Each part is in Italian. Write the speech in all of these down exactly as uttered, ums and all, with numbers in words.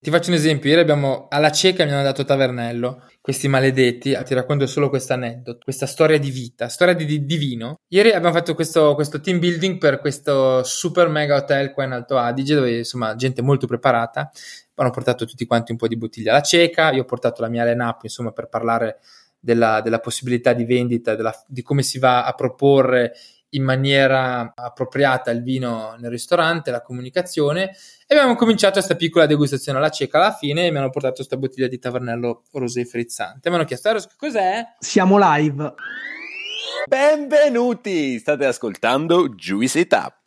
Ti faccio un esempio, ieri abbiamo alla cieca mi hanno dato Tavernello, questi maledetti, ti racconto solo questo aneddoto, questa storia di vita, storia di, di, di vino. Ieri abbiamo fatto questo, questo team building per questo super mega hotel qua in Alto Adige, dove insomma gente molto preparata, hanno portato tutti quanti un po' di bottiglie alla cieca, io ho portato la mia line-up insomma per parlare della, della possibilità di vendita, della, di come si va a proporre in maniera appropriata il vino nel ristorante, la comunicazione, e abbiamo cominciato questa piccola degustazione alla cieca alla fine e mi hanno portato questa bottiglia di Tavernello rosé frizzante. Mi hanno chiesto, Eros, che cos'è? Siamo live. Benvenuti! State ascoltando Juice It Up.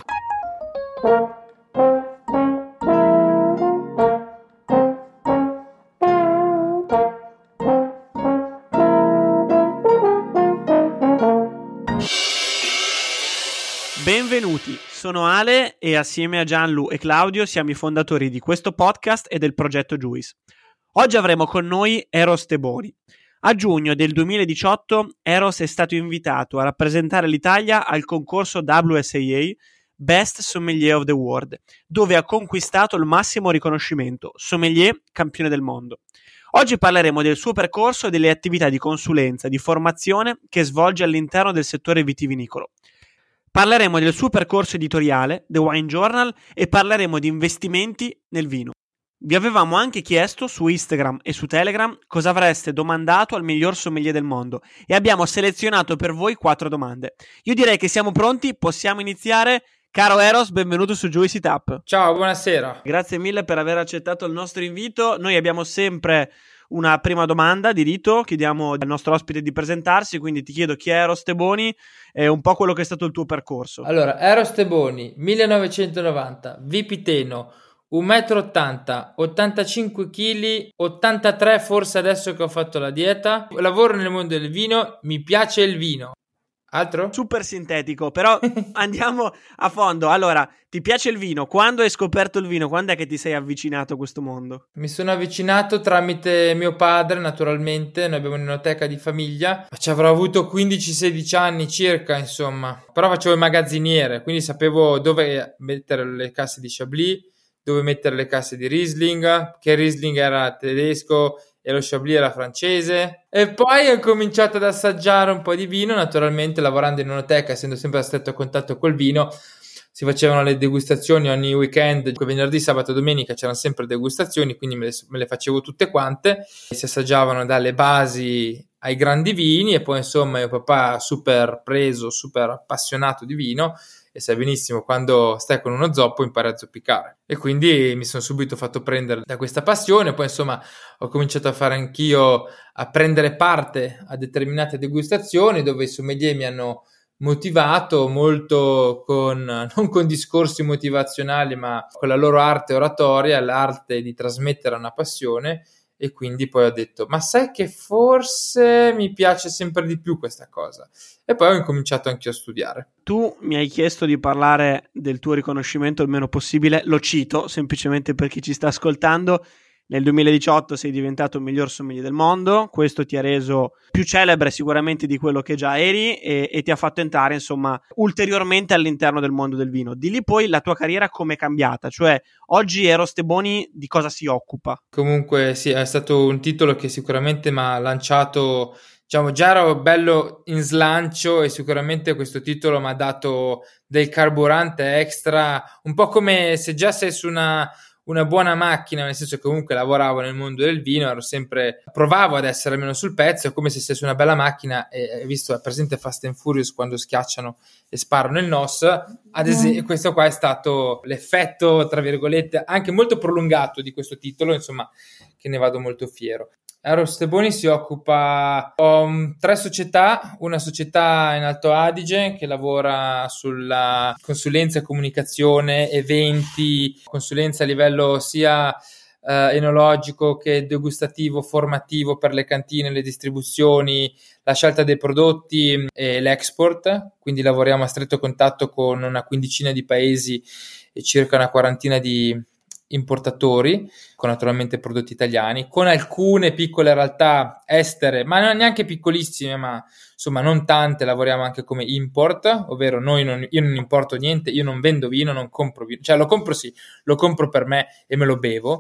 Benvenuti, sono Ale e assieme a Gianlu e Claudio siamo i fondatori di questo podcast e del progetto Juice. Oggi avremo con noi Eros Teboni. A giugno del duemiladiciotto Eros è stato invitato a rappresentare l'Italia al concorso W S A A Best Sommelier of the World, dove ha conquistato il massimo riconoscimento, Sommelier Campione del Mondo. Oggi parleremo del suo percorso e delle attività di consulenza, di formazione che svolge all'interno del settore vitivinicolo. Parleremo del suo percorso editoriale, The Wine Journal, e parleremo di investimenti nel vino. Vi avevamo anche chiesto su Instagram e su Telegram cosa avreste domandato al miglior sommelier del mondo e abbiamo selezionato per voi quattro domande. Io direi che siamo pronti, possiamo iniziare. Caro Eros, benvenuto su Juice It Up. Ciao, buonasera. Grazie mille per aver accettato il nostro invito. Noi abbiamo sempre una prima domanda di rito, chiediamo al nostro ospite di presentarsi, quindi ti chiedo chi è Eros Teboni e un po' quello che è stato il tuo percorso. Allora, Eros Teboni, millenovecentonovanta, Vipiteno, un metro e ottanta, ottantacinque chili, ottantatré forse adesso che ho fatto la dieta, lavoro nel mondo del vino, mi piace il vino. Altro? Super sintetico, però andiamo a fondo. Allora, ti piace il vino? Quando hai scoperto il vino? Quando è che ti sei avvicinato a questo mondo? Mi sono avvicinato tramite mio padre, naturalmente. Noi abbiamo un'enoteca di famiglia. Ci avrò avuto quindici sedici anni circa, insomma. Però facevo il magazziniere, quindi sapevo dove mettere le casse di Chablis, dove mettere le casse di Riesling, che Riesling era tedesco e lo Chablis era francese. E poi ho cominciato ad assaggiare un po' di vino, naturalmente lavorando in enoteca, essendo sempre a stretto contatto col vino, si facevano le degustazioni ogni weekend, venerdì, sabato e domenica c'erano sempre degustazioni, quindi me le, me le facevo tutte quante, si assaggiavano dalle basi ai grandi vini e poi insomma mio papà super preso, super appassionato di vino, e sai benissimo, quando stai con uno zoppo impari a zoppicare. E quindi mi sono subito fatto prendere da questa passione, poi insomma ho cominciato a fare anch'io, a prendere parte a determinate degustazioni dove i sommelier mi hanno motivato molto con, non con discorsi motivazionali, ma con la loro arte oratoria, l'arte di trasmettere una passione. E quindi poi ho detto, ma sai che forse mi piace sempre di più questa cosa. E poi ho incominciato anche a studiare. Tu mi hai chiesto di parlare del tuo riconoscimento il meno possibile, lo cito semplicemente per chi ci sta ascoltando. Nel duemiladiciotto sei diventato il miglior sommelier del mondo, questo ti ha reso più celebre sicuramente di quello che già eri e, e ti ha fatto entrare insomma ulteriormente all'interno del mondo del vino. Di lì poi la tua carriera come è cambiata? Cioè oggi Eros Teboni di cosa si occupa? Comunque sì, è stato un titolo che sicuramente mi ha lanciato, diciamo già ero bello in slancio e sicuramente questo titolo mi ha dato del carburante extra, un po' come se già sei su una una buona macchina, nel senso che comunque lavoravo nel mondo del vino, ero sempre, provavo ad essere almeno sul pezzo, è come se sei su una bella macchina e hai visto, è presente Fast and Furious quando schiacciano e sparano il N O S, ad esempio, questo qua è stato l'effetto, tra virgolette, anche molto prolungato di questo titolo, insomma, che ne vado molto fiero. Eros Teboni si occupa, ho um, tre società, una società in Alto Adige che lavora sulla consulenza e comunicazione, eventi, consulenza a livello sia uh, enologico che degustativo, formativo per le cantine, le distribuzioni, la scelta dei prodotti e l'export, quindi lavoriamo a stretto contatto con una quindicina di paesi e circa una quarantina di importatori, con naturalmente prodotti italiani, con alcune piccole realtà estere, ma non neanche piccolissime, ma insomma non tante, lavoriamo anche come import, ovvero noi non, io non importo niente, io non vendo vino, non compro vino, cioè lo compro sì, lo compro per me e me lo bevo,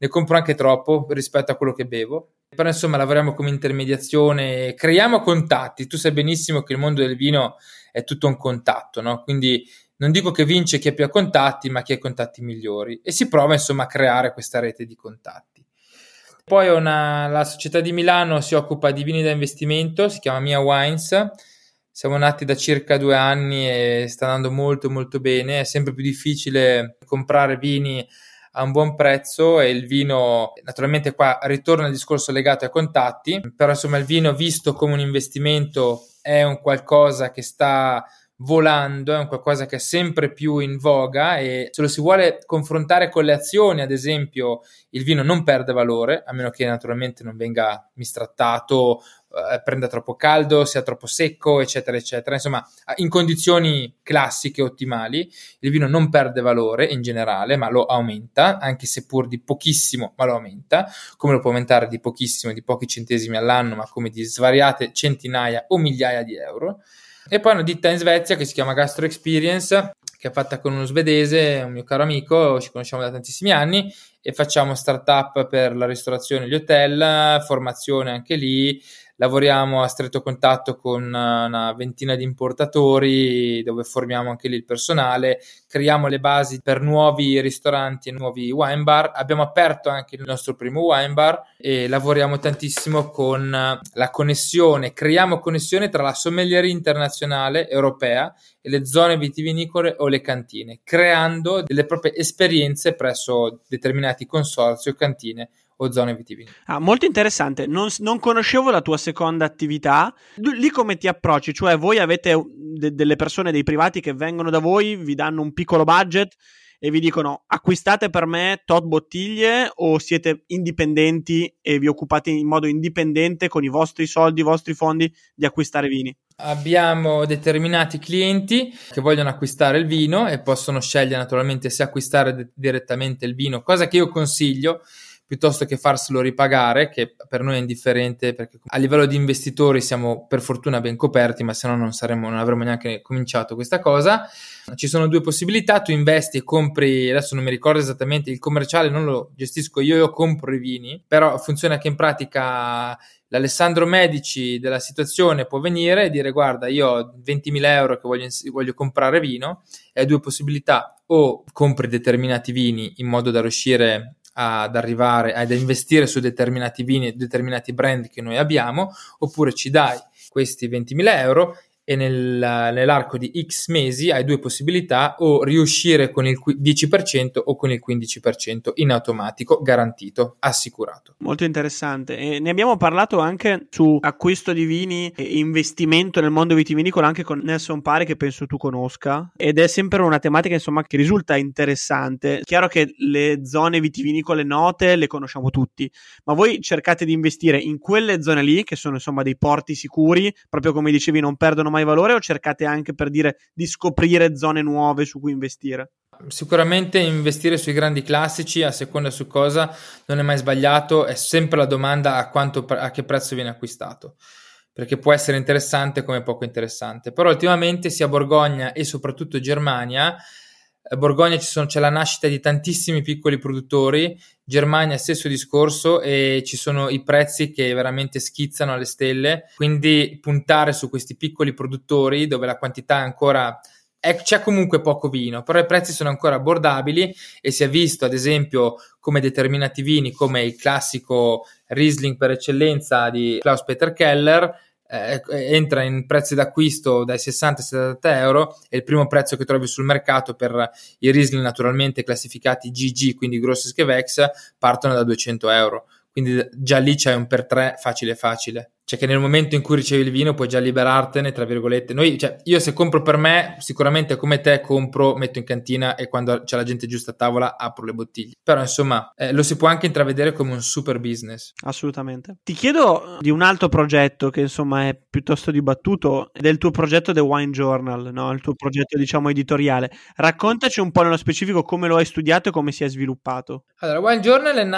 ne compro anche troppo rispetto a quello che bevo. Però insomma lavoriamo come intermediazione, creiamo contatti. Tu sai benissimo che il mondo del vino è tutto un contatto, no? Quindi non dico che vince chi ha più contatti, ma chi ha i contatti migliori, e si prova insomma a creare questa rete di contatti. Poi una, la società di Milano si occupa di vini da investimento, si chiama Mia Wines. Siamo nati da circa due anni e sta andando molto molto bene. È sempre più difficile comprare vini a un buon prezzo, e il vino, naturalmente qua ritorna il discorso legato ai contatti, però insomma il vino visto come un investimento è un qualcosa che sta volando, è un qualcosa che è sempre più in voga, e se lo si vuole confrontare con le azioni, ad esempio, il vino non perde valore, a meno che naturalmente non venga mistrattato, eh, prenda troppo caldo, sia troppo secco, eccetera eccetera. Insomma, in condizioni classiche ottimali il vino non perde valore in generale, ma lo aumenta, anche seppur di pochissimo, ma lo aumenta, come lo può aumentare di pochissimo, di pochi centesimi all'anno, ma come di svariate centinaia o migliaia di euro. E poi una ditta in Svezia che si chiama Gastro Experience, che è fatta con uno svedese, un mio caro amico, ci conosciamo da tantissimi anni, e facciamo startup per la ristorazione e gli hotel, formazione anche lì. Lavoriamo a stretto contatto con una ventina di importatori, dove formiamo anche lì il personale, creiamo le basi per nuovi ristoranti e nuovi wine bar. Abbiamo aperto anche il nostro primo wine bar e lavoriamo tantissimo con la connessione, creiamo connessione tra la sommelieria internazionale europea e le zone vitivinicole o le cantine, creando delle proprie esperienze presso determinati consorzi o cantine o zone vitivinicole. Ah, molto interessante. Non, non conoscevo la tua seconda attività. Lì come ti approcci? Cioè voi avete de- delle persone, dei privati che vengono da voi, vi danno un piccolo budget e vi dicono acquistate per me tot bottiglie, o siete indipendenti e vi occupate in modo indipendente con i vostri soldi, i vostri fondi di acquistare vini? Abbiamo determinati clienti che vogliono acquistare il vino e possono scegliere naturalmente se acquistare de- direttamente il vino, cosa che io consiglio, piuttosto che farselo ripagare, che per noi è indifferente, perché a livello di investitori siamo per fortuna ben coperti, ma se no non saremmo, non avremmo neanche cominciato questa cosa. Ci sono due possibilità: tu investi e compri, adesso non mi ricordo esattamente, il commerciale non lo gestisco io, io compro i vini, però funziona che in pratica l'Alessandro Medici della situazione può venire e dire guarda, io ho ventimila euro che voglio, voglio comprare vino, e hai due possibilità: o compri determinati vini in modo da riuscire ad arrivare ad investire su determinati vini e determinati brand che noi abbiamo, oppure ci dai questi ventimila euro e nel, nell'arco di X mesi hai due possibilità: o riuscire con il dieci per cento o con il quindici per cento in automatico, garantito, assicurato. Molto interessante. E ne abbiamo parlato anche su acquisto di vini e investimento nel mondo vitivinicolo anche con Nelson Pari, che penso tu conosca, ed è sempre una tematica insomma che risulta interessante. Chiaro che le zone vitivinicole note le conosciamo tutti, ma voi cercate di investire in quelle zone lì che sono insomma dei porti sicuri, proprio come dicevi, non perdono mai valore, o cercate anche, per dire, di scoprire zone nuove su cui investire? Sicuramente investire sui grandi classici, a seconda su cosa, non è mai sbagliato. È sempre la domanda a quanto, a che prezzo viene acquistato, perché può essere interessante come poco interessante. Però ultimamente sia Borgogna e soprattutto Germania, Borgogna ci sono, c'è la nascita di tantissimi piccoli produttori, Germania stesso discorso, e ci sono i prezzi che veramente schizzano alle stelle, quindi puntare su questi piccoli produttori dove la quantità è ancora è, c'è comunque poco vino, però i prezzi sono ancora abbordabili, e si è visto ad esempio come determinati vini, come il classico Riesling per eccellenza di Klaus Peter Keller, Eh, entra in prezzi d'acquisto dai sessanta ai settanta euro, e il primo prezzo che trovi sul mercato per i Riesling naturalmente classificati G G, quindi Grosses Gewächs, partono da duecento euro, quindi già lì c'è un per tre facile facile, cioè che nel momento in cui ricevi il vino puoi già liberartene, tra virgolette. Noi, cioè, io se compro per me, sicuramente come te compro, metto in cantina, e quando c'è la gente giusta a tavola apro le bottiglie. Però insomma eh, lo si può anche intravedere come un super business. Assolutamente. Ti chiedo di un altro progetto che insomma è piuttosto dibattuto, del tuo progetto The Wine Journal, no? Il tuo progetto diciamo editoriale. Raccontaci un po' nello specifico come lo hai studiato e come si è sviluppato. Allora, Wine Journal è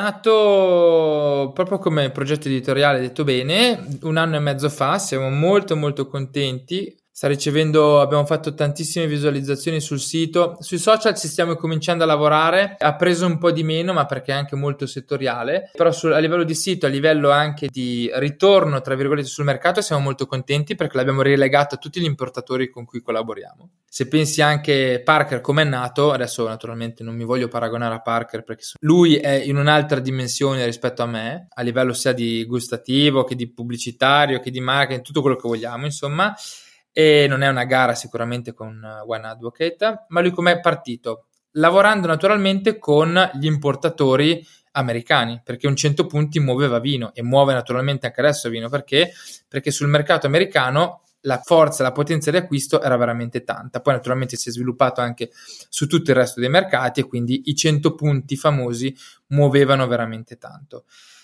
nato proprio come progetto editoriale, detto bene, un anno e mezzo fa. Siamo molto molto contenti. sta ricevendo, abbiamo fatto tantissime visualizzazioni sul sito, sui social ci stiamo cominciando a lavorare, ha preso un po' di meno ma perché è anche molto settoriale, però sul, a livello di sito, a livello anche di ritorno tra virgolette sul mercato siamo molto contenti perché l'abbiamo rilegato a tutti gli importatori con cui collaboriamo. Se pensi anche Parker come è nato, adesso naturalmente non mi voglio paragonare a Parker perché lui è in un'altra dimensione rispetto a me, a livello sia di gustativo che di pubblicitario che di marketing, tutto quello che vogliamo insomma, e non è una gara sicuramente con One Advocate, ma lui com'è partito? Lavorando naturalmente con gli importatori americani, perché un cento punti muoveva vino e muove naturalmente anche adesso vino, perché? Perché sul mercato americano la forza, la potenza di acquisto era veramente tanta, poi naturalmente si è sviluppato anche su tutto il resto dei mercati e quindi i cento punti famosi muovevano veramente tanto.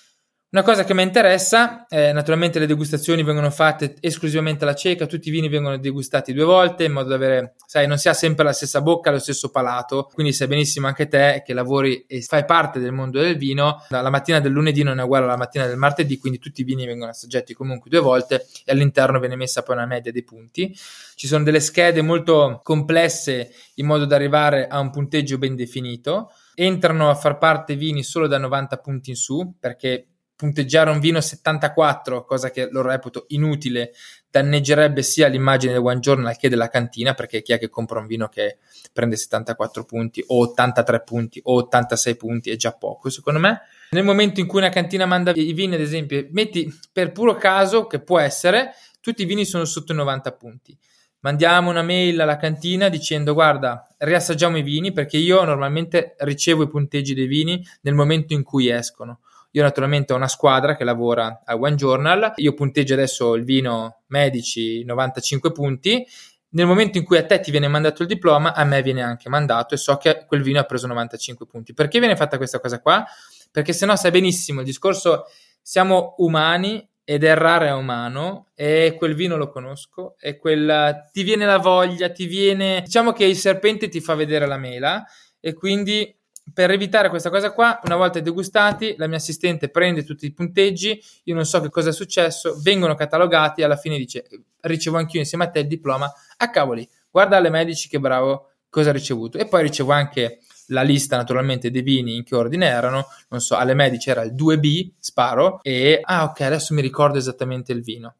Una cosa che mi interessa, eh, naturalmente le degustazioni vengono fatte esclusivamente alla cieca, tutti i vini vengono degustati due volte in modo da avere, sai, non si ha sempre la stessa bocca, lo stesso palato, quindi sai benissimo anche te che lavori e fai parte del mondo del vino, la mattina del lunedì non è uguale alla mattina del martedì, quindi tutti i vini vengono assaggiati comunque due volte e all'interno viene messa poi una media dei punti. Ci sono delle schede molto complesse in modo da arrivare a un punteggio ben definito, entrano a far parte vini solo da novanta punti in su, perché punteggiare un vino settantaquattro, cosa che lo reputo inutile, danneggerebbe sia l'immagine del One Journal che della cantina, perché chi è che compra un vino che prende settantaquattro punti o ottantatré punti o ottantasei punti è già poco secondo me. Nel momento in cui una cantina manda i vini, ad esempio, metti per puro caso, che può essere, tutti i vini sono sotto i novanta punti, mandiamo una mail alla cantina dicendo guarda, riassaggiamo i vini, perché io normalmente ricevo i punteggi dei vini nel momento in cui escono. Io naturalmente ho una squadra che lavora a One Journal, io punteggio adesso il vino Medici novantacinque punti, nel momento in cui a te ti viene mandato il diploma, a me viene anche mandato e so che quel vino ha preso novantacinque punti. Perché viene fatta questa cosa qua? Perché sennò sai benissimo, il discorso siamo umani ed errare è umano e quel vino lo conosco e quel, ti viene la voglia, ti viene, diciamo che il serpente ti fa vedere la mela e quindi per evitare questa cosa qua, una volta degustati, la mia assistente prende tutti i punteggi, io non so che cosa è successo, vengono catalogati e alla fine dice ricevo anch'io insieme a te il diploma, a cavoli, guarda alle Medici che bravo, cosa ha ricevuto, e poi ricevo anche la lista naturalmente dei vini in che ordine erano, non so, alle Medici era il due B, sparo, e ah ok, adesso mi ricordo esattamente il vino.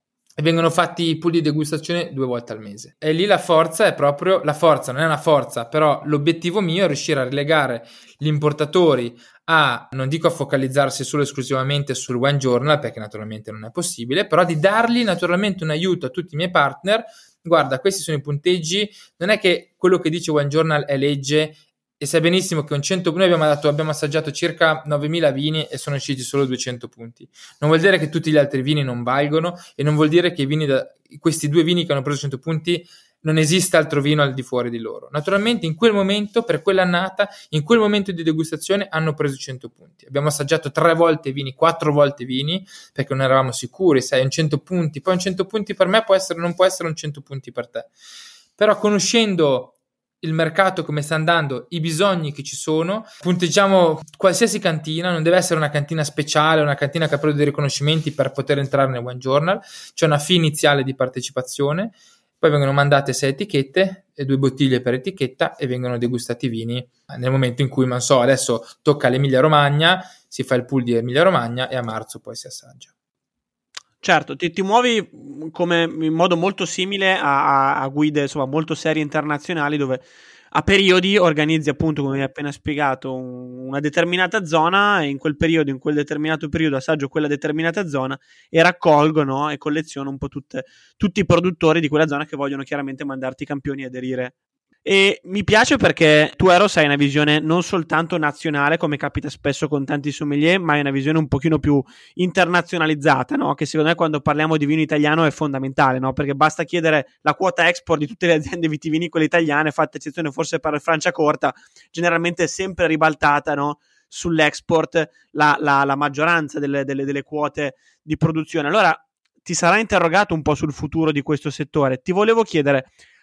E vengono fatti i pool di degustazione due volte al mese. E lì la forza è proprio, la forza non è una forza, però l'obiettivo mio è riuscire a relegare gli importatori a, non dico a focalizzarsi solo esclusivamente sul One Journal, perché naturalmente non è possibile, però di dargli naturalmente un aiuto a tutti i miei partner. Guarda, questi sono i punteggi, non è che quello che dice One Journal è legge, e sai benissimo che un cento, noi abbiamo, dato, abbiamo assaggiato circa novemila vini e sono usciti solo duecento punti. Non vuol dire che tutti gli altri vini non valgono e non vuol dire che i vini da, questi due vini che hanno preso cento punti non esista altro vino al di fuori di loro. Naturalmente in quel momento, per quell'annata, in quel momento di degustazione hanno preso cento punti. Abbiamo assaggiato tre volte vini, quattro volte vini, perché non eravamo sicuri, sai, un cento punti, poi un cento punti per me può essere, non può essere un cento punti per te. Però conoscendo il mercato come sta andando, i bisogni che ci sono, punteggiamo qualsiasi cantina, non deve essere una cantina speciale, una cantina che ha preso dei riconoscimenti per poter entrare nel One Journal, c'è una fee iniziale di partecipazione, poi vengono mandate sei etichette e due bottiglie per etichetta e vengono degustati i vini nel momento in cui, non so, adesso tocca l'Emilia Romagna, si fa il pool di Emilia Romagna e a marzo poi si assaggia. Certo, ti, ti muovi come in modo molto simile a, a, a guide insomma molto serie internazionali dove a periodi organizzi appunto come mi hai appena spiegato un, una determinata zona e in quel periodo, in quel determinato periodo assaggio quella determinata zona e raccolgo, no, e colleziono un po' tutte, tutti i produttori di quella zona che vogliono chiaramente mandarti i campioni aderire. E mi piace perché tu, Eros, hai una visione non soltanto nazionale, come capita spesso con tanti sommelier, ma hai una visione un pochino più internazionalizzata, no? Che secondo me quando parliamo di vino italiano è fondamentale, no? Perché basta chiedere la quota export di tutte le aziende vitivinicole italiane, fatta eccezione forse per il Franciacorta, generalmente è sempre ribaltata, no? Sull'export la, la, la maggioranza delle, delle, delle quote di produzione. Allora ti sarai interrogato un po' sul futuro di questo settore. Ti volevo chiedere,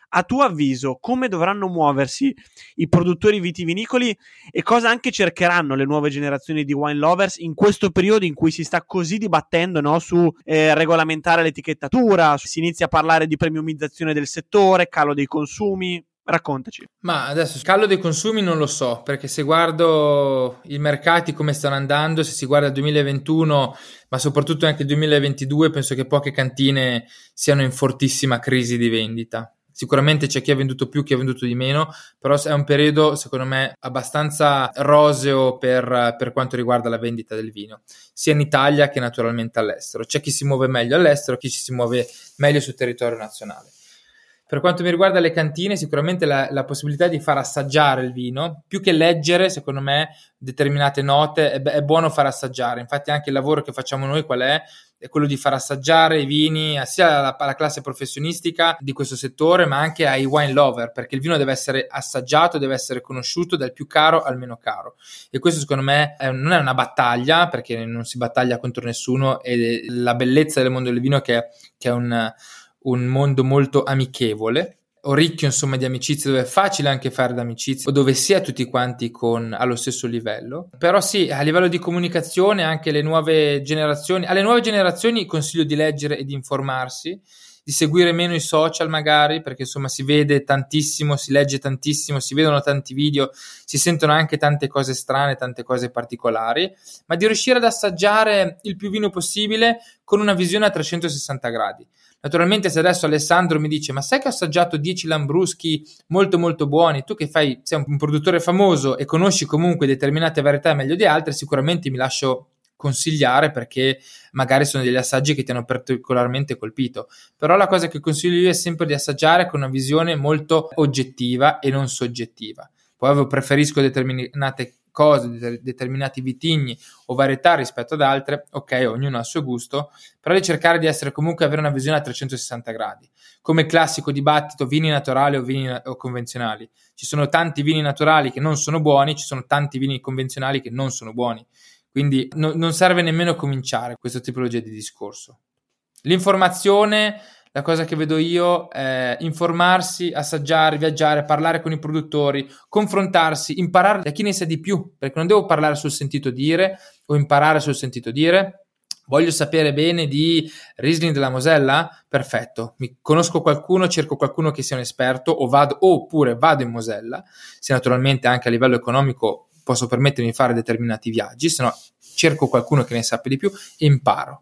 A tuo avviso, come dovranno muoversi i produttori vitivinicoli e cosa anche cercheranno le nuove generazioni di wine lovers in questo periodo in cui si sta così dibattendo, no, su eh, regolamentare l'etichettatura, si inizia a parlare di premiumizzazione del settore, calo dei consumi? Raccontaci. Ma adesso calo dei consumi non lo so, perché se guardo i mercati come stanno andando, se si guarda il duemilaventuno, ma soprattutto anche il duemilaventidue, penso che poche cantine siano in fortissima crisi di vendita. Sicuramente c'è chi ha venduto più, chi ha venduto di meno, però è un periodo, secondo me, abbastanza roseo per, per quanto riguarda la vendita del vino, sia in Italia che naturalmente all'estero. C'è chi si muove meglio all'estero, chi si muove meglio sul territorio nazionale. Per quanto mi riguarda le cantine, sicuramente la, la possibilità di far assaggiare il vino, più che leggere, secondo me, determinate note, è, è buono far assaggiare. Infatti anche il lavoro che facciamo noi qual è? È quello di far assaggiare i vini sia alla, alla classe professionistica di questo settore, ma anche ai wine lover, perché il vino deve essere assaggiato, deve essere conosciuto dal più caro al meno caro. E questo secondo me è, non è una battaglia, perché non si battaglia contro nessuno, e la bellezza del mondo del vino è che, che è un... un mondo molto amichevole, o ricchio insomma di amicizie, dove è facile anche fare d'amicizia, o dove si è tutti quanti con, allo stesso livello. Però sì, a livello di comunicazione anche le nuove generazioni, alle nuove generazioni consiglio di leggere e di informarsi, di seguire meno i social magari, perché insomma si vede tantissimo, si legge tantissimo, si vedono tanti video, si sentono anche tante cose strane, tante cose particolari, ma di riuscire ad assaggiare il più vino possibile con una visione a trecentosessanta gradi. Naturalmente se adesso Alessandro mi dice ma sai che ho assaggiato dieci Lambruschi molto molto buoni, tu che fai, sei un produttore famoso e conosci comunque determinate varietà meglio di altre, sicuramente mi lascio consigliare perché magari sono degli assaggi che ti hanno particolarmente colpito. Però la cosa che consiglio io è sempre di assaggiare con una visione molto oggettiva e non soggettiva. Poi preferisco determinate cose, determinati vitigni o varietà rispetto ad altre, ok, ognuno ha il suo gusto, però di cercare di essere comunque avere una visione a trecentosessanta gradi. Come classico dibattito vini naturali o vini o convenzionali. Ci sono tanti vini naturali che non sono buoni, ci sono tanti vini convenzionali che non sono buoni. Quindi no, non serve nemmeno cominciare questa tipologia di discorso. L'informazione, la cosa che vedo io è informarsi, assaggiare, viaggiare, parlare con i produttori, confrontarsi, imparare da chi ne sa di più, perché non devo parlare sul sentito dire o imparare sul sentito dire. Voglio sapere bene di Riesling della Mosella? Perfetto, mi conosco qualcuno, cerco qualcuno che sia un esperto o vado, oppure vado in Mosella, se naturalmente anche a livello economico posso permettermi di fare determinati viaggi, se no cerco qualcuno che ne sappia di più e imparo.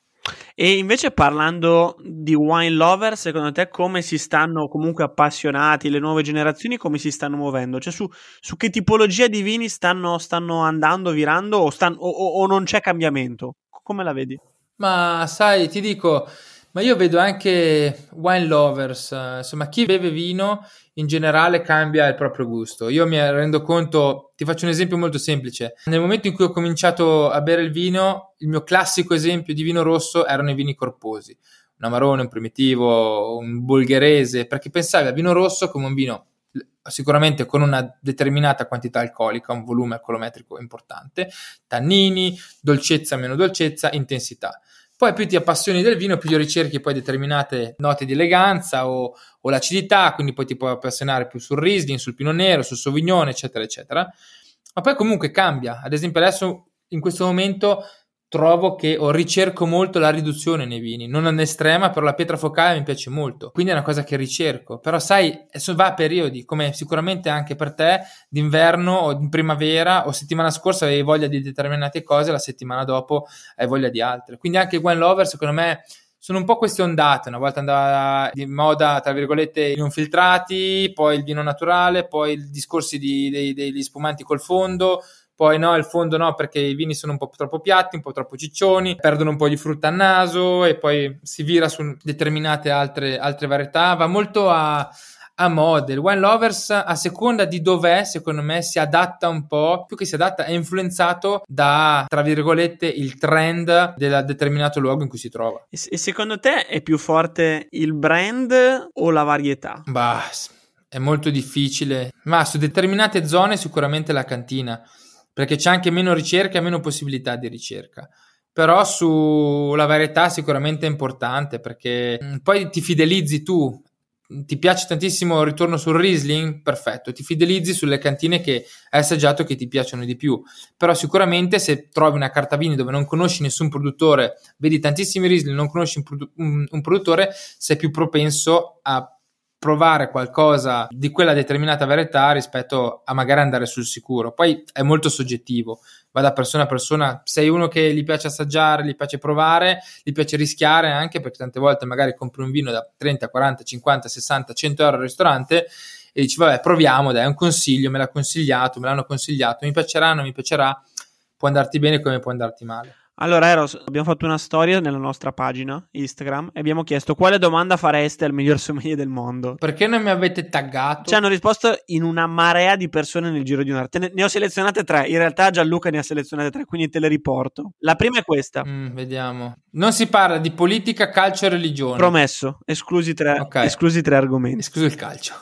E invece parlando di wine lover, secondo te come si stanno comunque appassionati, le nuove generazioni come si stanno muovendo? Cioè su, su che tipologia di vini stanno, stanno andando, virando o, stan, o, o non c'è cambiamento? Come la vedi? Ma sai, ti dico, ma io vedo anche wine lovers, eh, insomma chi beve vino in generale cambia il proprio gusto. Io mi rendo conto, ti faccio un esempio molto semplice. Nel momento in cui ho cominciato a bere il vino, il mio classico esempio di vino rosso erano i vini corposi. Un Amarone, un Primitivo, un Bolgherese, perché pensavi al vino rosso come un vino sicuramente con una determinata quantità alcolica, un volume alcolometrico importante, tannini, dolcezza, meno dolcezza, intensità. Poi più ti appassioni del vino, più ricerchi poi determinate note di eleganza o, o l'acidità, quindi poi ti puoi appassionare più sul Riesling, sul Pinot Nero, sul Sauvignon, eccetera, eccetera. Ma poi comunque cambia. Ad esempio adesso, in questo momento, trovo che o ricerco molto la riduzione nei vini, non all'estrema, però la pietra focale mi piace molto, quindi è una cosa che ricerco. Però sai, va a periodi, come sicuramente anche per te, d'inverno o in primavera o settimana scorsa avevi voglia di determinate cose, la settimana dopo hai voglia di altre. Quindi anche wine lover, secondo me, sono un po' queste ondate. Una volta andava di moda, tra virgolette, i non filtrati, poi il vino naturale, poi i discorsi di, dei, degli spumanti col fondo, poi no, il fondo no, perché i vini sono un po' troppo piatti, un po' troppo ciccioni, perdono un po' di frutta al naso e poi si vira su determinate altre, altre varietà. Va molto a, a mode. Il wine lovers, a seconda di dov'è, secondo me si adatta un po', più che si adatta, è influenzato da, tra virgolette, il trend del determinato luogo in cui si trova. E secondo te è più forte il brand o la varietà? Bah, è molto difficile, ma su determinate zone sicuramente la cantina, perché c'è anche meno ricerca e meno possibilità di ricerca. Però sulla varietà sicuramente è importante, perché poi ti fidelizzi tu. Ti piace tantissimo il ritorno sul Riesling? Perfetto, ti fidelizzi sulle cantine che hai assaggiato che ti piacciono di più. Però sicuramente se trovi una carta vini dove non conosci nessun produttore, vedi tantissimi Riesling, non conosci un, produ- un, un produttore, sei più propenso a provare qualcosa di quella determinata varietà rispetto a magari andare sul sicuro. Poi è molto soggettivo, va da persona a persona. Sei uno che gli piace assaggiare, gli piace provare, gli piace rischiare, anche perché tante volte magari compri un vino da trenta, quaranta, cinquanta, sessanta, cento euro al ristorante e dici vabbè proviamo, dai, è un consiglio, me l'ha consigliato, me l'hanno consigliato, mi piacerà, non mi piacerà, può andarti bene come può andarti male. Allora Eros, abbiamo fatto una storia nella nostra pagina Instagram e abbiamo chiesto quale domanda fareste al miglior sommelier del mondo. Perché non mi avete taggato? Ci hanno risposto in una marea di persone nel giro di un'ora. Te ne, ne ho selezionate tre, in realtà Gianluca ne ha selezionate tre, quindi te le riporto. La prima è questa. Mm, vediamo. Non si parla di politica, calcio e religione. Promesso, esclusi tre, okay. esclusi tre argomenti. Escluso il calcio.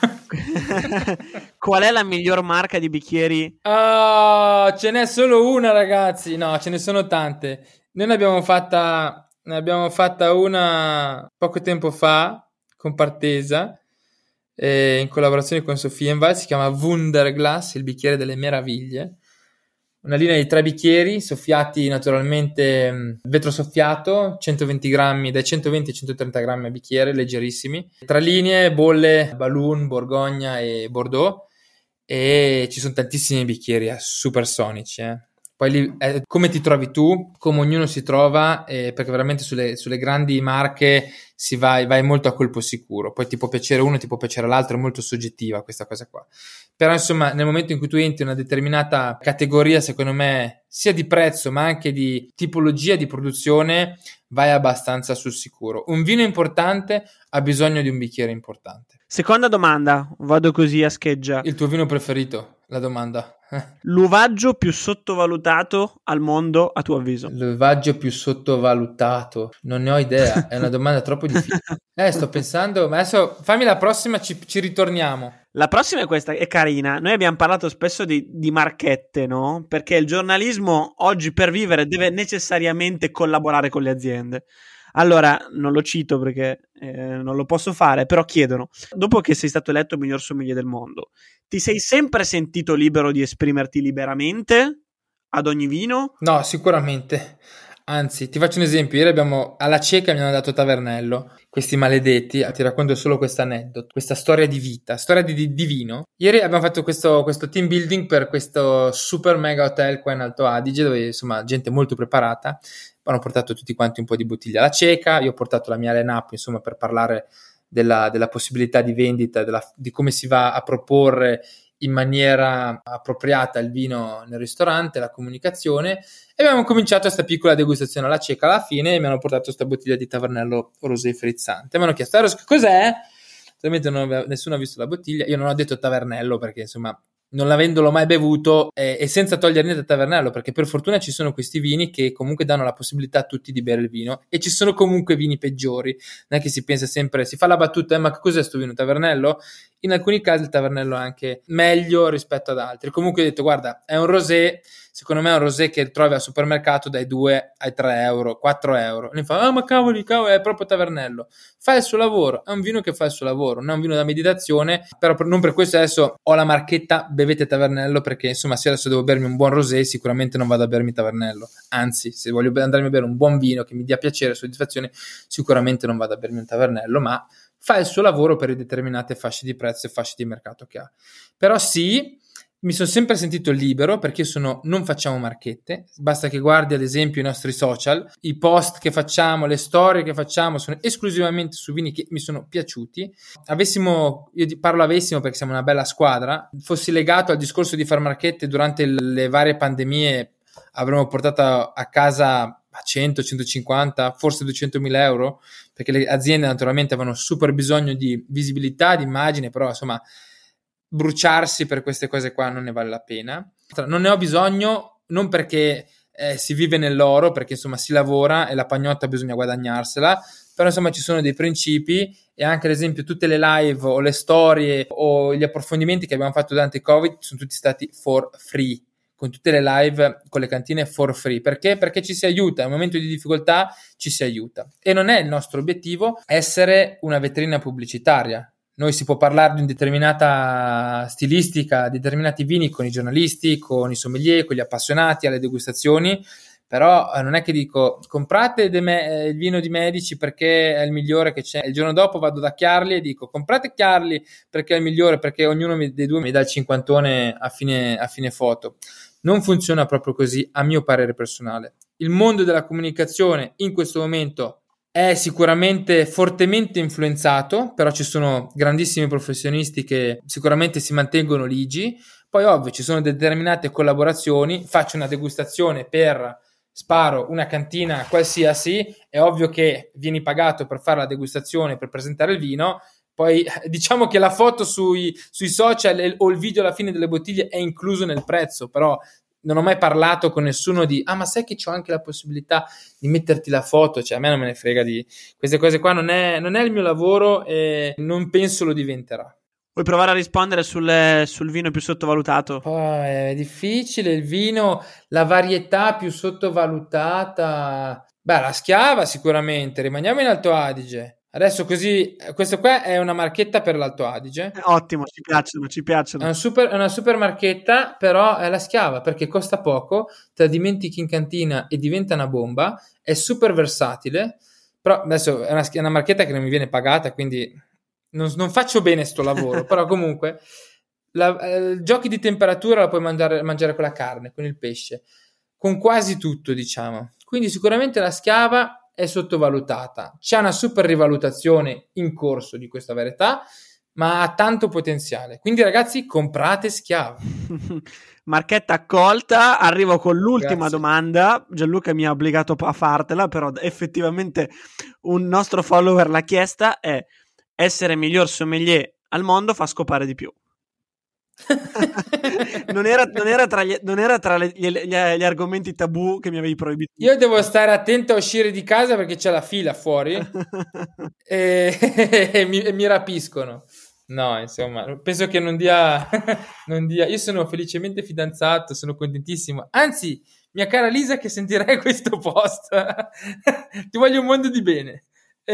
Qual è la miglior marca di bicchieri? Oh, ce n'è solo una, ragazzi. No, ce ne sono tante. Noi ne abbiamo fatta, ne abbiamo fatta una poco tempo fa con Partesa, eh, in collaborazione con Sophienwald. Si chiama Wunderglas, il bicchiere delle meraviglie. Una linea di tre bicchieri soffiati naturalmente, vetro soffiato, centoventi grammi, dai centoventi ai centotrenta grammi a bicchiere, leggerissimi. Tre linee, bolle, Balloon, Borgogna e Bordeaux, e ci sono tantissimi bicchieri eh, supersonici. Eh. Poi lì è come ti trovi tu, come ognuno si trova, eh, perché veramente sulle, sulle grandi marche si vai, vai molto a colpo sicuro. Poi ti può piacere uno, ti può piacere l'altro, è molto soggettiva questa cosa qua. Però insomma nel momento in cui tu entri in una determinata categoria, secondo me sia di prezzo ma anche di tipologia di produzione, vai abbastanza sul sicuro. Un vino importante ha bisogno di un bicchiere importante. Seconda domanda, vado così a scheggia. Il tuo vino preferito? La domanda. L'uvaggio più sottovalutato al mondo a tuo avviso? L'uvaggio più sottovalutato? Non ne ho idea, è una domanda troppo difficile. Eh, sto pensando, ma adesso fammi la prossima, ci, ci ritorniamo. La prossima è questa, è carina. Noi abbiamo parlato spesso di, di marchette, no? Perché il giornalismo oggi per vivere deve necessariamente collaborare con le aziende. Allora, non lo cito perché eh, non lo posso fare, però chiedono, dopo che sei stato eletto miglior sommelier del mondo, ti sei sempre sentito libero di esprimerti liberamente ad ogni vino? No, sicuramente. Anzi, ti faccio un esempio. Ieri abbiamo alla cieca mi hanno dato Tavernello, questi maledetti. Ti racconto solo questo aneddoto, questa storia di vita, storia di, di, di vino. Ieri abbiamo fatto questo, questo team building per questo super mega hotel qua in Alto Adige, dove insomma gente molto preparata. Hanno portato tutti quanti un po' di bottiglie alla cieca. Io ho portato la mia line-up, insomma, per parlare della, della possibilità di vendita, della, di come si va a proporre in maniera appropriata il vino nel ristorante, la comunicazione, e abbiamo cominciato questa piccola degustazione alla cieca. Alla fine mi hanno portato questa bottiglia di Tavernello rosé frizzante, mi hanno chiesto Eros, che cos'è? Ovviamente non aveva, nessuno ha visto la bottiglia, io non ho detto Tavernello perché insomma non avendolo mai bevuto eh, e senza togliere niente a Tavernello, perché per fortuna ci sono questi vini che comunque danno la possibilità a tutti di bere il vino, e ci sono comunque vini peggiori. Non è che si pensa sempre, si fa la battuta, eh, ma che cos'è sto vino, Tavernello? In alcuni casi il Tavernello è anche meglio rispetto ad altri. Comunque ho detto, guarda, è un rosé, secondo me è un rosé che trovi al supermercato dai due ai tre euro, quattro euro. E mi fa, ah ma cavoli, cavoli, è proprio Tavernello. Fa il suo lavoro, è un vino che fa il suo lavoro, non è un vino da meditazione, però non per questo adesso ho la marchetta bevete Tavernello, perché insomma se adesso devo bermi un buon rosé sicuramente non vado a bermi Tavernello, anzi se voglio andarmi a bere un buon vino che mi dia piacere e soddisfazione sicuramente non vado a bermi un Tavernello, ma fa il suo lavoro per le determinate fasce di prezzo e fasce di mercato che ha. Però sì, mi sono sempre sentito libero, perché io sono, non facciamo marchette, basta che guardi ad esempio i nostri social, i post che facciamo, le storie che facciamo sono esclusivamente su vini che mi sono piaciuti. Avessimo, io parlo avessimo perché siamo una bella squadra, fossi legato al discorso di far marchette durante le varie pandemie, avremmo portato a casa a cento, centocinquanta, forse duecentomila euro, perché le aziende naturalmente avevano super bisogno di visibilità, di immagine, però insomma bruciarsi per queste cose qua non ne vale la pena. Non ne ho bisogno, non perché eh, si vive nell'oro, perché insomma si lavora e la pagnotta bisogna guadagnarsela, però insomma ci sono dei principi, e anche ad esempio tutte le live o le storie o gli approfondimenti che abbiamo fatto durante il Covid sono tutti stati for free, con tutte le live con le cantine for free. Perché? Perché ci si aiuta, in un momento di difficoltà ci si aiuta. E non è il nostro obiettivo essere una vetrina pubblicitaria. Noi si può parlare di una determinata stilistica, di determinati vini con i giornalisti, con i sommelier, con gli appassionati alle degustazioni, però non è che dico comprate me- il vino di Medici perché è il migliore che c'è, il giorno dopo vado da Chiarli e dico comprate Chiarli perché è il migliore, perché ognuno dei due mi dà il cinquantone a fine, a fine foto. Non funziona proprio così, a mio parere personale. Il mondo della comunicazione in questo momento è sicuramente fortemente influenzato, però ci sono grandissimi professionisti che sicuramente si mantengono ligi. Poi ovvio ci sono determinate collaborazioni, faccio una degustazione per, sparo, una cantina qualsiasi, è ovvio che vieni pagato per fare la degustazione, per presentare il vino, poi diciamo che la foto sui, sui social o il video alla fine delle bottiglie è incluso nel prezzo, però non ho mai parlato con nessuno di ah ma sai che c'ho anche la possibilità di metterti la foto, cioè a me non me ne frega di queste cose qua, non è, non è il mio lavoro e non penso lo diventerà. Vuoi provare a rispondere sul, sul vino più sottovalutato? Poi è difficile il vino, la varietà più sottovalutata, beh la Schiava sicuramente, rimaniamo in Alto Adige. Adesso così, questo qua è una marchetta per l'Alto Adige. Eh, ottimo, ci piacciono, ci piacciono. È, un super, è una super marchetta, però è la Schiava perché costa poco, te la dimentichi in cantina e diventa una bomba, è super versatile, però adesso è una, è una marchetta che non mi viene pagata, quindi non, non faccio bene sto lavoro, però comunque la, eh, giochi di temperatura la puoi mangiare, mangiare con la carne, con il pesce, con quasi tutto diciamo, quindi sicuramente la Schiava è sottovalutata, c'è una super rivalutazione in corso di questa varietà, ma ha tanto potenziale, quindi ragazzi comprate Schiava. Marchetta accolta, arrivo con l'ultima Grazie. domanda. Gianluca mi ha obbligato a fartela, però effettivamente un nostro follower l'ha chiesta, è essere miglior sommelier al mondo fa scopare di più. non, era, non era tra, gli, non era tra le, gli, gli, gli argomenti tabù che mi avevi proibito. Io devo stare attento a uscire di casa perché c'è la fila fuori e, e, mi, e mi rapiscono. No, insomma, penso che non dia, non dia. Io sono felicemente fidanzato, sono contentissimo. Anzi, mia cara Lisa, che sentirai questo post, ti voglio un mondo di bene.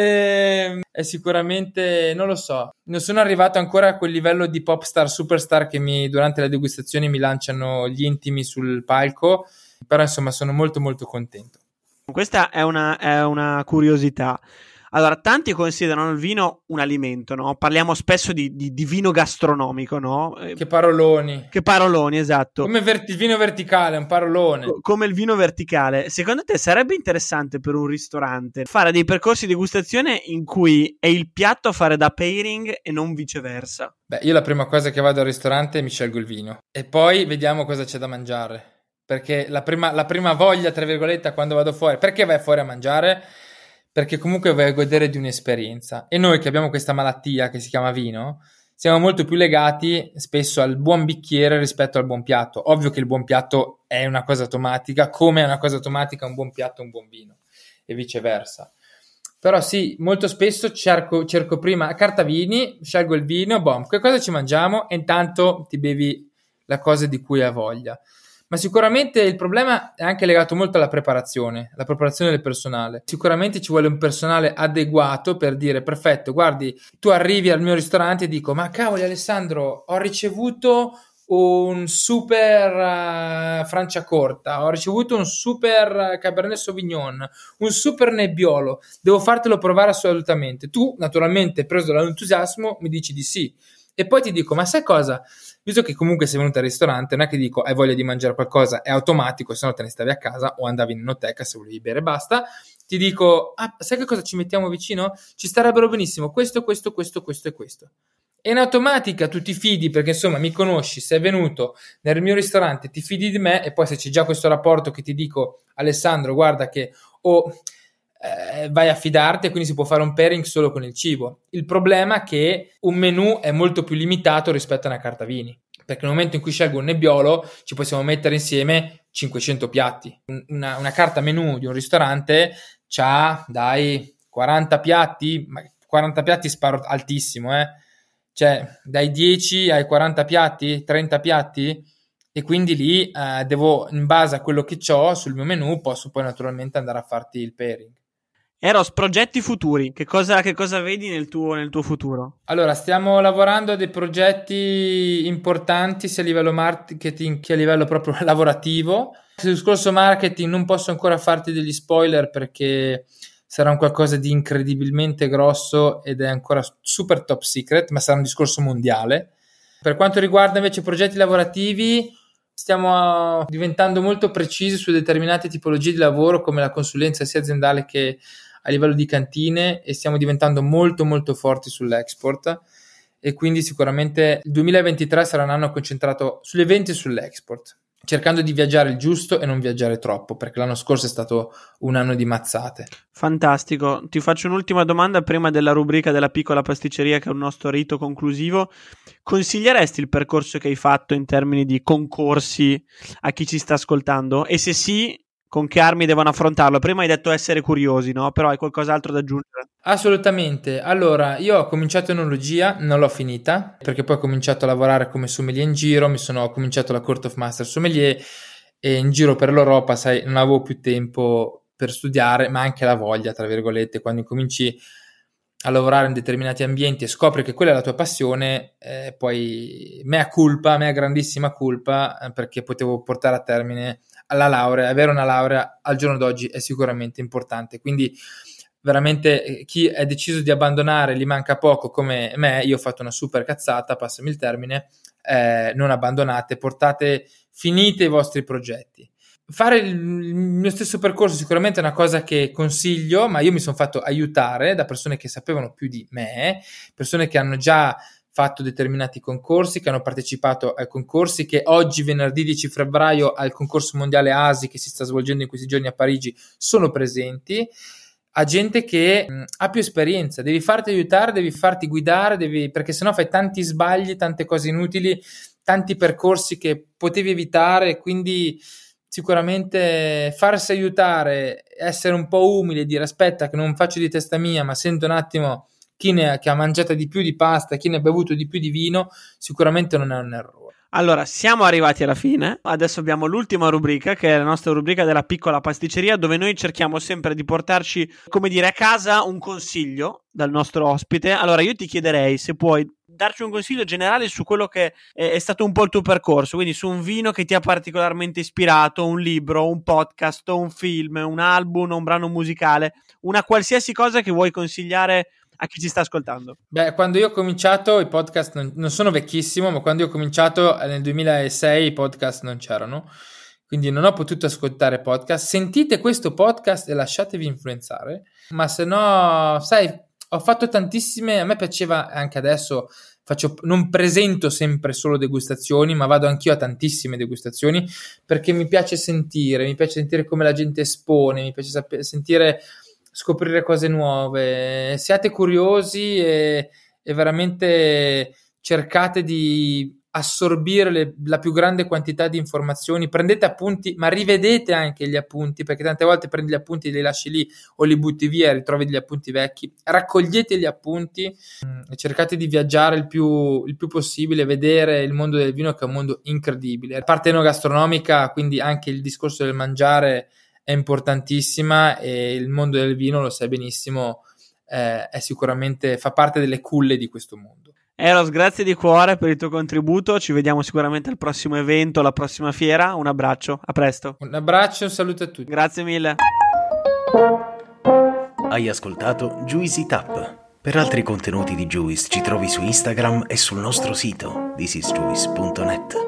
E, è sicuramente, non lo so, non sono arrivato ancora a quel livello di pop star, superstar che mi, durante le degustazioni mi lanciano gli intimi sul palco, però insomma sono molto molto contento. Questa è una, è una curiosità. Allora, tanti considerano il vino un alimento, no? Parliamo spesso di, di, di vino gastronomico, no? Che paroloni. Che paroloni, esatto. Come verti- il vino verticale, un parolone. Co- come il vino verticale. Secondo te sarebbe interessante per un ristorante fare dei percorsi di degustazione in cui è il piatto a fare da pairing e non viceversa? Beh, io la prima cosa che vado al ristorante mi scelgo il vino e poi vediamo cosa c'è da mangiare. Perché la prima, la prima voglia, tra virgolette, quando vado fuori, perché vai fuori a mangiare? Perché comunque vai a godere di un'esperienza. E noi che abbiamo questa malattia che si chiama vino, siamo molto più legati spesso al buon bicchiere rispetto al buon piatto. Ovvio che il buon piatto è una cosa automatica, come è una cosa automatica un buon piatto e un buon vino, e viceversa. Però sì, molto spesso cerco, cerco prima a carta vini, scelgo il vino, boom, che cosa ci mangiamo? E intanto ti bevi la cosa di cui hai voglia. Ma sicuramente il problema è anche legato molto alla preparazione, alla preparazione del personale. Sicuramente ci vuole un personale adeguato per dire, perfetto, guardi, tu arrivi al mio ristorante e dico, ma cavoli Alessandro, ho ricevuto un super uh, Franciacorta, ho ricevuto un super Cabernet Sauvignon, un super Nebbiolo, devo fartelo provare assolutamente. Tu, naturalmente, preso dall'entusiasmo, mi dici di sì. E poi ti dico, ma sai cosa? Visto che comunque sei venuto al ristorante, non è che dico hai voglia di mangiare qualcosa, è automatico, se no te ne stavi a casa o andavi in enoteca se volevi bere basta. Ti dico, ah, sai che cosa ci mettiamo vicino? Ci starebbero benissimo questo, questo, questo, questo e questo. E in automatica tu ti fidi perché insomma mi conosci, sei venuto nel mio ristorante, ti fidi di me e poi se c'è già questo rapporto che ti dico Alessandro guarda che o eh, vai a fidarti e quindi si può fare un pairing solo con il cibo. Il problema è che un menù è molto più limitato rispetto a una carta vini, perché nel momento in cui scelgo un nebbiolo ci possiamo mettere insieme cinquecento piatti. Una, una carta menù di un ristorante c'ha dai quaranta piatti, ma quaranta piatti sparo altissimo, eh cioè dai dieci ai quaranta piatti, trenta piatti, e quindi lì eh, devo, in base a quello che ho sul mio menu, posso poi naturalmente andare a farti il pairing. Eros, progetti futuri, che cosa, che cosa vedi nel tuo, nel tuo futuro? Allora, stiamo lavorando a dei progetti importanti sia a livello marketing che a livello proprio lavorativo. Sul discorso marketing non posso ancora farti degli spoiler perché sarà un qualcosa di incredibilmente grosso ed è ancora super top secret, ma sarà un discorso mondiale. Per quanto riguarda invece i progetti lavorativi, stiamo diventando molto precisi su determinate tipologie di lavoro come la consulenza sia aziendale che a livello di cantine, e stiamo diventando molto molto forti sull'export, e quindi sicuramente il duemilaventitré sarà un anno concentrato sugli eventi e sull'export, cercando di viaggiare il giusto e non viaggiare troppo, perché l'anno scorso è stato un anno di mazzate. Fantastico. Ti faccio un'ultima domanda prima della rubrica della piccola pasticceria, che è un nostro rito conclusivo. Consiglieresti il percorso che hai fatto in termini di concorsi a chi ci sta ascoltando? E se sì, con che armi devono affrontarlo? Prima hai detto essere curiosi, no? Però hai qualcos'altro da aggiungere? Assolutamente. Allora, io ho cominciato enologia, non l'ho finita, perché poi ho cominciato a lavorare come sommelier in giro, mi sono ho cominciato la Court of Master Sommelier, e in giro per l'Europa, sai, non avevo più tempo per studiare, ma anche la voglia, tra virgolette. Quando cominci a lavorare in determinati ambienti e scopri che quella è la tua passione, eh, poi mea culpa, mea grandissima culpa, eh, perché potevo portare a termine alla laurea. Avere una laurea al giorno d'oggi è sicuramente importante, quindi veramente eh, chi è deciso di abbandonare, gli manca poco come me, io ho fatto una super cazzata, passami il termine, eh, non abbandonate, portate, finite i vostri progetti. Fare il mio stesso percorso sicuramente è una cosa che consiglio, ma io mi sono fatto aiutare da persone che sapevano più di me, persone che hanno già fatto determinati concorsi, che hanno partecipato ai concorsi, che oggi venerdì dieci febbraio al concorso mondiale A S I che si sta svolgendo in questi giorni a Parigi sono presenti, a gente che mh, ha più esperienza. Devi farti aiutare, devi farti guidare, devi, perché sennò fai tanti sbagli, tante cose inutili, tanti percorsi che potevi evitare, quindi sicuramente farsi aiutare, essere un po' umile e dire aspetta che non faccio di testa mia, ma sento un attimo chi ne ha, che ha mangiato di più di pasta, chi ne ha bevuto di più di vino, sicuramente non è un errore. Allora, siamo arrivati alla fine. Adesso abbiamo l'ultima rubrica, che è la nostra rubrica della piccola pasticceria, dove noi cerchiamo sempre di portarci, come dire, a casa un consiglio dal nostro ospite. Allora, io ti chiederei se puoi darci un consiglio generale su quello che è, è stato un po' il tuo percorso, quindi su un vino che ti ha particolarmente ispirato, un libro, un podcast, un film, un album, un brano musicale, una qualsiasi cosa che vuoi consigliare a chi ci sta ascoltando. Beh, quando io ho cominciato i podcast non, non sono vecchissimo, ma quando io ho cominciato nel duemilasei i podcast non c'erano, quindi non ho potuto ascoltare podcast. Sentite questo podcast e lasciatevi influenzare, ma se no, sai, ho fatto tantissime, a me piaceva anche adesso, faccio, non presento sempre solo degustazioni, ma vado anch'io a tantissime degustazioni perché mi piace sentire, mi piace sentire come la gente espone, mi piace sapere, sentire, scoprire cose nuove. Siate curiosi e, e veramente cercate di assorbire le, la più grande quantità di informazioni. Prendete appunti, ma rivedete anche gli appunti, perché tante volte prendi gli appunti e li lasci lì o li butti via e ritrovi degli appunti vecchi. Raccogliete gli appunti e cercate di viaggiare il più, il più possibile, vedere il mondo del vino, che è un mondo incredibile. A parte enogastronomica, quindi anche il discorso del mangiare è importantissima, e il mondo del vino, lo sai benissimo, eh, è sicuramente, fa parte delle culle di questo mondo. Eros, grazie di cuore per il tuo contributo, ci vediamo sicuramente al prossimo evento, alla prossima fiera. Un abbraccio, a presto. Un abbraccio e un saluto a tutti. Grazie mille. Hai ascoltato Juicy Tap. Per altri contenuti di Juice ci trovi su Instagram e sul nostro sito this is juice punto net.